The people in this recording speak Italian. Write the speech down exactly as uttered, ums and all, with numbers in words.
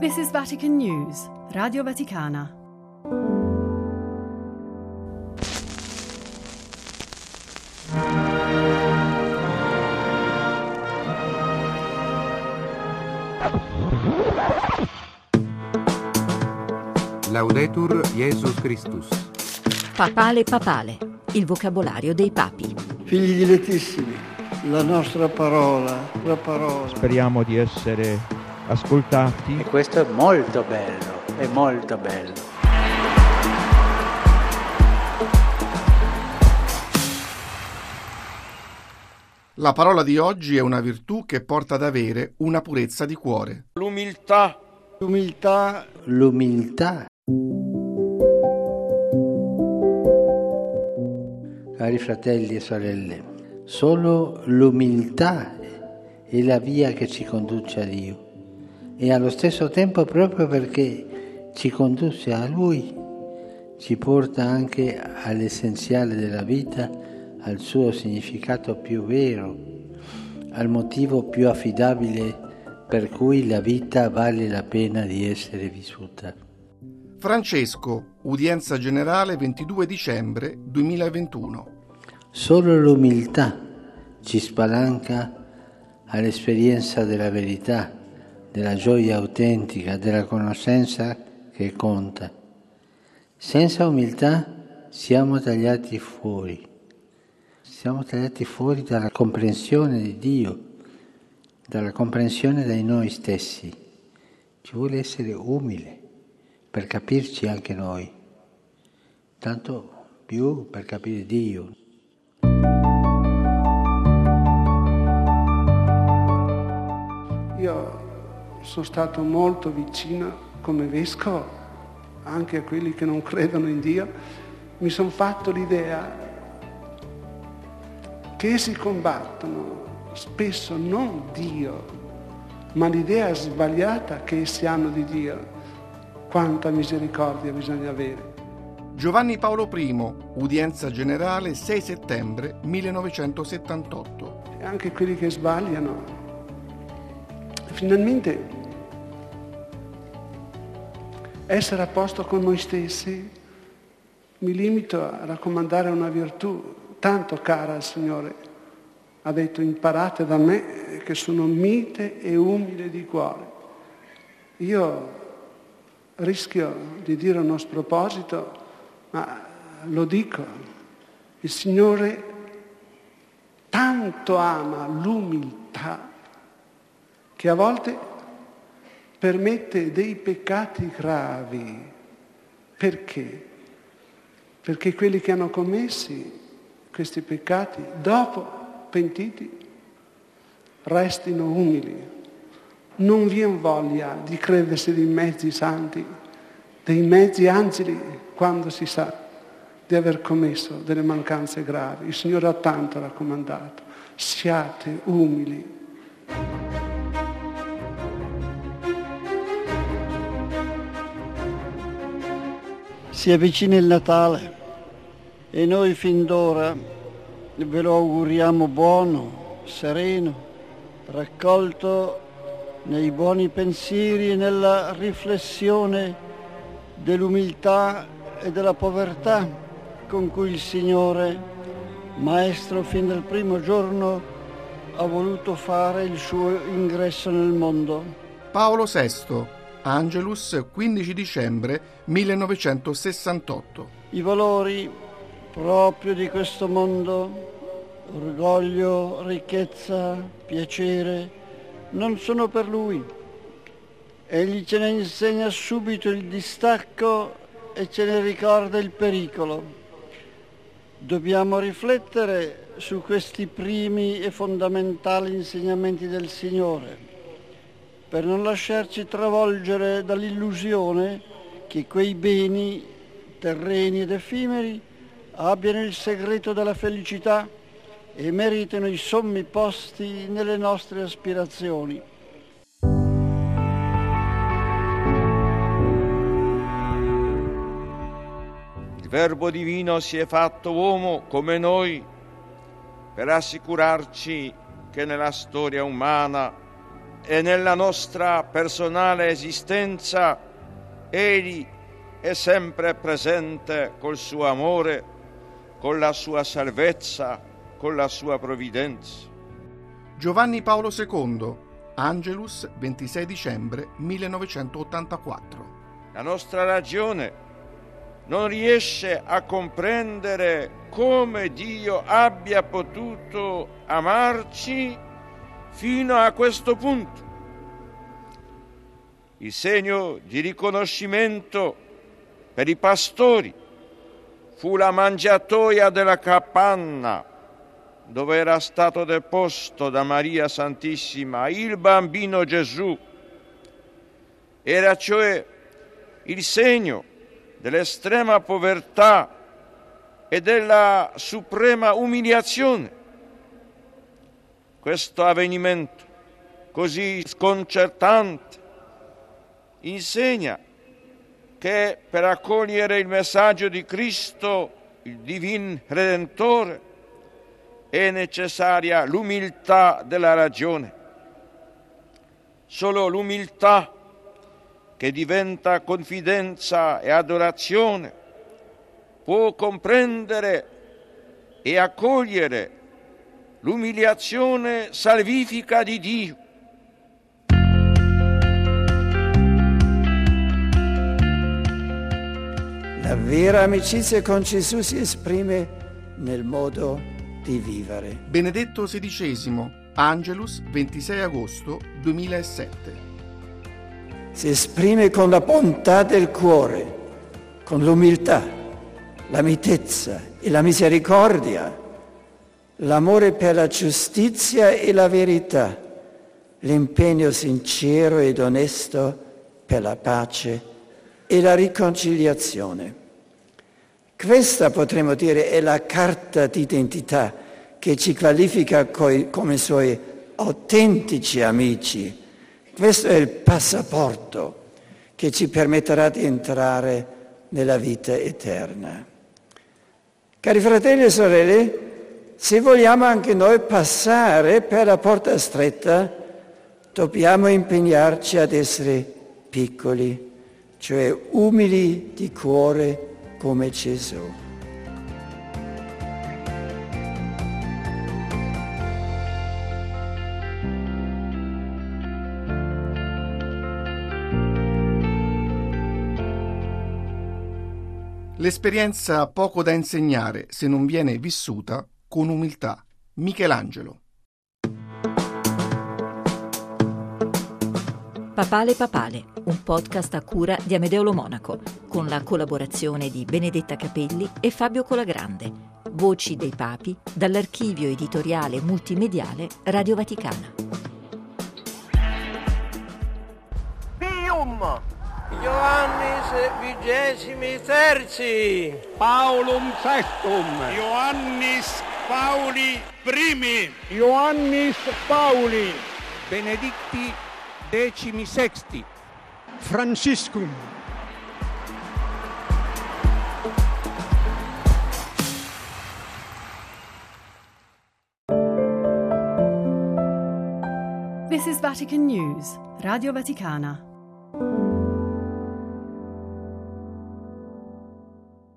This is Vatican News, Radio Vaticana. Laudetur Jesus Christus. Papale papale, il vocabolario dei papi. Figli dilettissimi, la nostra parola, la parola. Speriamo di essere ascoltati. E questo è molto bello, è molto bello. La parola di oggi è una virtù che porta ad avere una purezza di cuore. L'umiltà. L'umiltà. L'umiltà. Cari fratelli e sorelle, solo l'umiltà è la via che ci conduce a Dio e allo stesso tempo, proprio perché ci conduce a Lui, ci porta anche all'essenziale della vita, al suo significato più vero, al motivo più affidabile per cui la vita vale la pena di essere vissuta. Francesco, udienza generale ventidue dicembre duemilaventuno. Solo l'umiltà ci spalanca all'esperienza della verità, della gioia autentica, della conoscenza che conta. Senza umiltà siamo tagliati fuori, siamo tagliati fuori dalla comprensione di Dio, dalla comprensione di noi stessi. Ci vuole essere umile per capirci anche noi, tanto più per capire Dio. Io sono stato molto vicino come vescovo anche a quelli che non credono in Dio. Mi sono fatto l'idea che essi combattono spesso non Dio, ma l'idea sbagliata che essi hanno di Dio. Quanta misericordia bisogna avere. Giovanni Paolo I, udienza generale sei settembre millenovecentosettantotto. E anche quelli che sbagliano, finalmente essere a posto con noi stessi. Mi limito a raccomandare una virtù tanto cara al Signore. Ha detto: imparate da me che sono mite e umile di cuore. Io rischio di dire uno sproposito, ma lo dico: il Signore tanto ama l'umiltà che a volte permette dei peccati gravi. Perché? Perché quelli che hanno commessi questi peccati, dopo pentiti, restino umili. Non vi è voglia di credersi dei mezzi santi, dei mezzi angeli, quando si sa di aver commesso delle mancanze gravi. Il Signore ha tanto raccomandato: siate umili. Si avvicina il Natale e noi fin d'ora ve lo auguriamo buono, sereno, raccolto nei buoni pensieri e nella riflessione dell'umiltà e della povertà con cui il Signore, Maestro fin dal primo giorno, ha voluto fare il suo ingresso nel mondo. Paolo sesto, Angelus, quindici dicembre millenovecentosessantotto. I valori proprio di questo mondo, orgoglio, ricchezza, piacere, non sono per lui. Egli ce ne insegna subito il distacco e ce ne ricorda il pericolo. Dobbiamo riflettere su questi primi e fondamentali insegnamenti del Signore, per non lasciarci travolgere dall'illusione che quei beni terreni ed effimeri abbiano il segreto della felicità e meritano i sommi posti nelle nostre aspirazioni. Il Verbo divino si è fatto uomo come noi per assicurarci che nella storia umana e nella nostra personale esistenza, Egli è sempre presente col suo amore, con la sua salvezza, con la sua provvidenza. Giovanni Paolo secondo, Angelus, ventisei dicembre millenovecentottantaquattro. La nostra ragione non riesce a comprendere come Dio abbia potuto amarci fino a questo punto. Il segno di riconoscimento per i pastori fu la mangiatoia della capanna, dove era stato deposto da Maria Santissima il bambino Gesù. Era cioè il segno dell'estrema povertà e della suprema umiliazione. Questo avvenimento così sconcertante insegna che per accogliere il messaggio di Cristo, il Divin Redentore, è necessaria l'umiltà della ragione. Solo l'umiltà, che diventa confidenza e adorazione, può comprendere e accogliere l'umiliazione salvifica di Dio. La vera amicizia con Gesù si esprime nel modo di vivere. Benedetto sedicesimo, Angelus, ventisei agosto duemilasette. Si esprime con la bontà del cuore, con l'umiltà, la mitezza e la misericordia, l'amore per la giustizia e la verità, l'impegno sincero ed onesto per la pace e la riconciliazione. Questa, potremmo dire, è la carta d'identità che ci qualifica coi, come suoi autentici amici. Questo è il passaporto che ci permetterà di entrare nella vita eterna. Cari fratelli e sorelle, se vogliamo anche noi passare per la porta stretta, dobbiamo impegnarci ad essere piccoli, cioè umili di cuore come Gesù. L'esperienza ha poco da insegnare se non viene vissuta con umiltà. Michelangelo. Papale Papale, un podcast a cura di Amedeo Lo Monaco, con la collaborazione di Benedetta Capelli e Fabio Colagrande. Voci dei Papi, dall'archivio editoriale multimediale Radio Vaticana. Pium! Ioannis vigesimi terzi, Paulum sextum, Ioannis Pauli primi, Ioannis Pauli, Benedicti decimi sexti, Franciscum. This is Vatican News, Radio Vaticana.